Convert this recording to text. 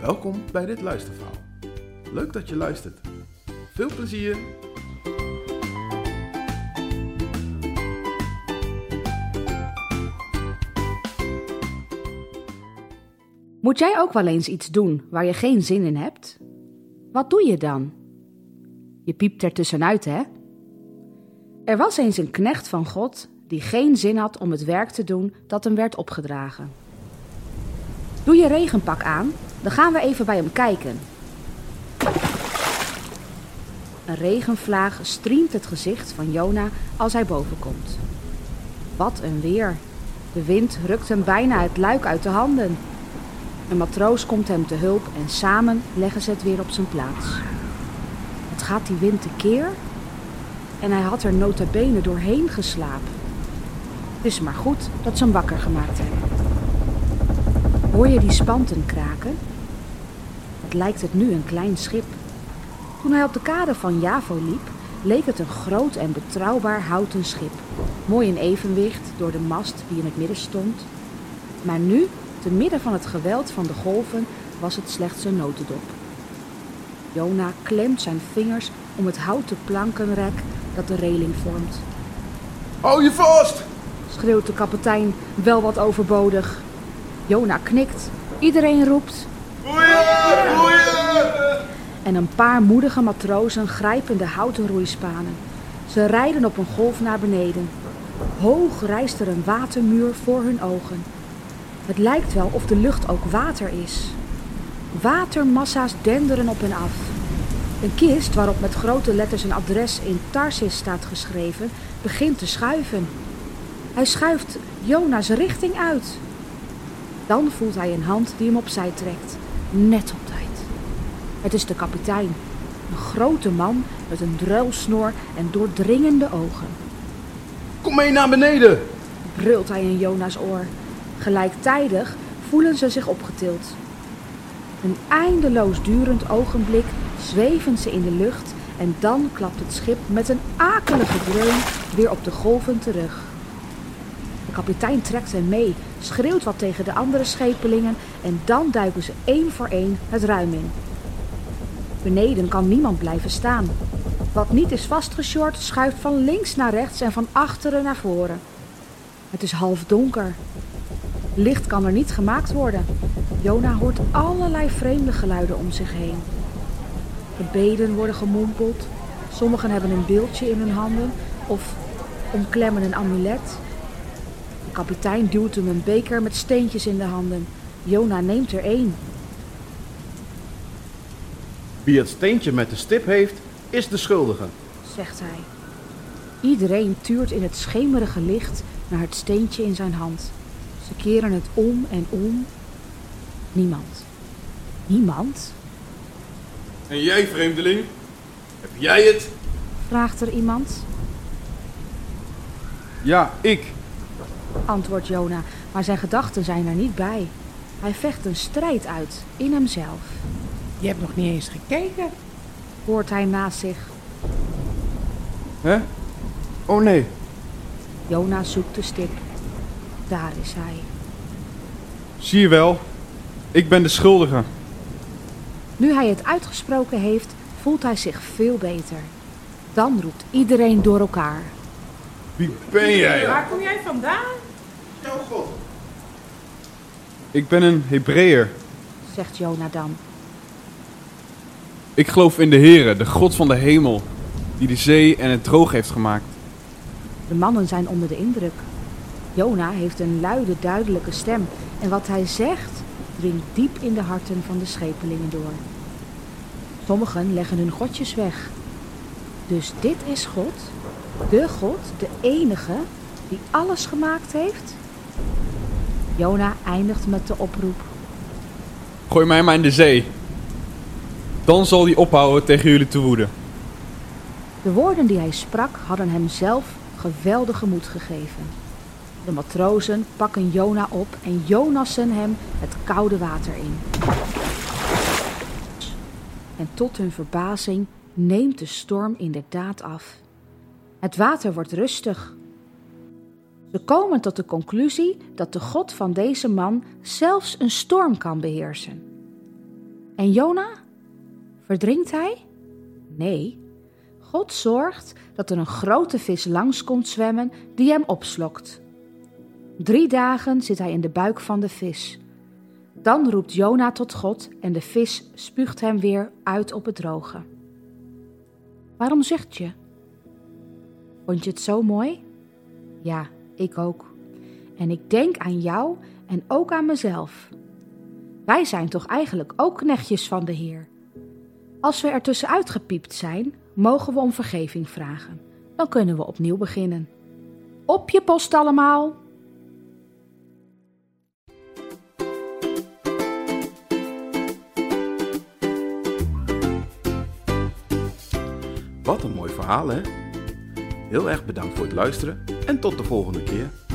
Welkom bij dit luisterverhaal. Leuk dat je luistert. Veel plezier! Moet jij ook wel eens iets doen waar je geen zin in hebt? Wat doe je dan? Je piept er tussenuit, hè? Er was eens een knecht van God die geen zin had om het werk te doen dat hem werd opgedragen. Doe je regenpak aan, dan gaan we even bij hem kijken. Een regenvlaag striemt het gezicht van Jona als hij boven komt. Wat een weer! De wind rukt hem bijna het luik uit de handen. Een matroos komt hem te hulp en samen leggen ze het weer op zijn plaats. Het gaat die wind tekeer en hij had er nota bene doorheen geslapen. Het is maar goed dat ze hem wakker gemaakt hebben. Hoor je die spanten kraken? Het lijkt het nu een klein schip. Toen hij op de kade van Javo liep, leek het een groot en betrouwbaar houten schip. Mooi in evenwicht door de mast die in het midden stond. Maar nu, te midden van het geweld van de golven, was het slechts een notendop. Jona klemt zijn vingers om het houten plankenrek dat de reling vormt. Hou je vast! Schreeuwt de kapitein, wel wat overbodig. Jona knikt, iedereen roept. Roeien! Roeien! En een paar moedige matrozen grijpen de houten roeispanen. Ze rijden op een golf naar beneden. Hoog rijst er een watermuur voor hun ogen. Het lijkt wel of de lucht ook water is. Watermassa's denderen op en af. Een kist waarop met grote letters een adres in Tarsis staat geschreven, begint te schuiven. Hij schuift Jona's richting uit. Dan voelt hij een hand die hem opzij trekt. Net op tijd. Het is de kapitein. Een grote man met een druilsnor en doordringende ogen. Kom mee naar beneden! Brult hij in Jona's oor. Gelijktijdig voelen ze zich opgetild. Een eindeloos durend ogenblik zweven ze in de lucht en dan klapt het schip met een akelige dreun weer op de golven terug. De kapitein trekt hen mee, schreeuwt wat tegen de andere schepelingen en dan duiken ze één voor één het ruim in. Beneden kan niemand blijven staan. Wat niet is vastgesjord schuift van links naar rechts en van achteren naar voren. Het is half donker. Licht kan er niet gemaakt worden. Jona hoort allerlei vreemde geluiden om zich heen. Gebeden worden gemompeld. Sommigen hebben een beeldje in hun handen of omklemmen een amulet. De kapitein duwt hem een beker met steentjes in de handen. Jona neemt er één. Wie het steentje met de stip heeft, is de schuldige, Zegt hij. Iedereen tuurt in het schemerige licht naar het steentje in zijn hand. Ze keren het om en om. Niemand. Niemand? En jij, vreemdeling? Heb jij het? Vraagt er iemand. Ja, ik. Antwoordt Jona, maar zijn gedachten zijn er niet bij. Hij vecht een strijd uit in hemzelf. Je hebt nog niet eens gekeken. Hoort hij naast zich. Hè? Oh nee. Jona zoekt de stip. Daar is hij. Zie je wel, ik ben de schuldige. Nu hij het uitgesproken heeft, voelt hij zich veel beter. Dan roept iedereen door elkaar. Wie ben jij? Waar kom jij vandaan? Jouw God. Ik ben een Hebreeër. Zegt Jona dan. Ik geloof in de Heere, de God van de hemel, die de zee en het droog heeft gemaakt. De mannen zijn onder de indruk. Jona heeft een luide, duidelijke stem en wat hij zegt dringt diep in de harten van de schepelingen door. Sommigen leggen hun godjes weg. Dus dit is God, de enige, die alles gemaakt heeft? Jona eindigt met de oproep. Gooi mij maar in de zee. Dan zal die ophouden tegen jullie te woeden. De woorden die hij sprak hadden hem zelf geweldige moed gegeven. De matrozen pakken Jona op en Jonassen hem het koude water in. En tot hun verbazing neemt de storm inderdaad af. Het water wordt rustig. Ze komen tot de conclusie dat de God van deze man zelfs een storm kan beheersen. En Jona? Verdrinkt hij? Nee. God zorgt dat er een grote vis langskomt zwemmen die hem opslokt. 3 dagen zit hij in de buik van de vis. Dan roept Jona tot God en de vis spuugt hem weer uit op het droge. Waarom zucht je? Vond je het zo mooi? Ja, ik ook. En ik denk aan jou en ook aan mezelf. Wij zijn toch eigenlijk ook knechtjes van de Heer. Als we er tussenuit gepiept zijn, mogen we om vergeving vragen. Dan kunnen we opnieuw beginnen. Op je post allemaal! Wat een mooi verhaal, hè? Heel erg bedankt voor het luisteren en tot de volgende keer.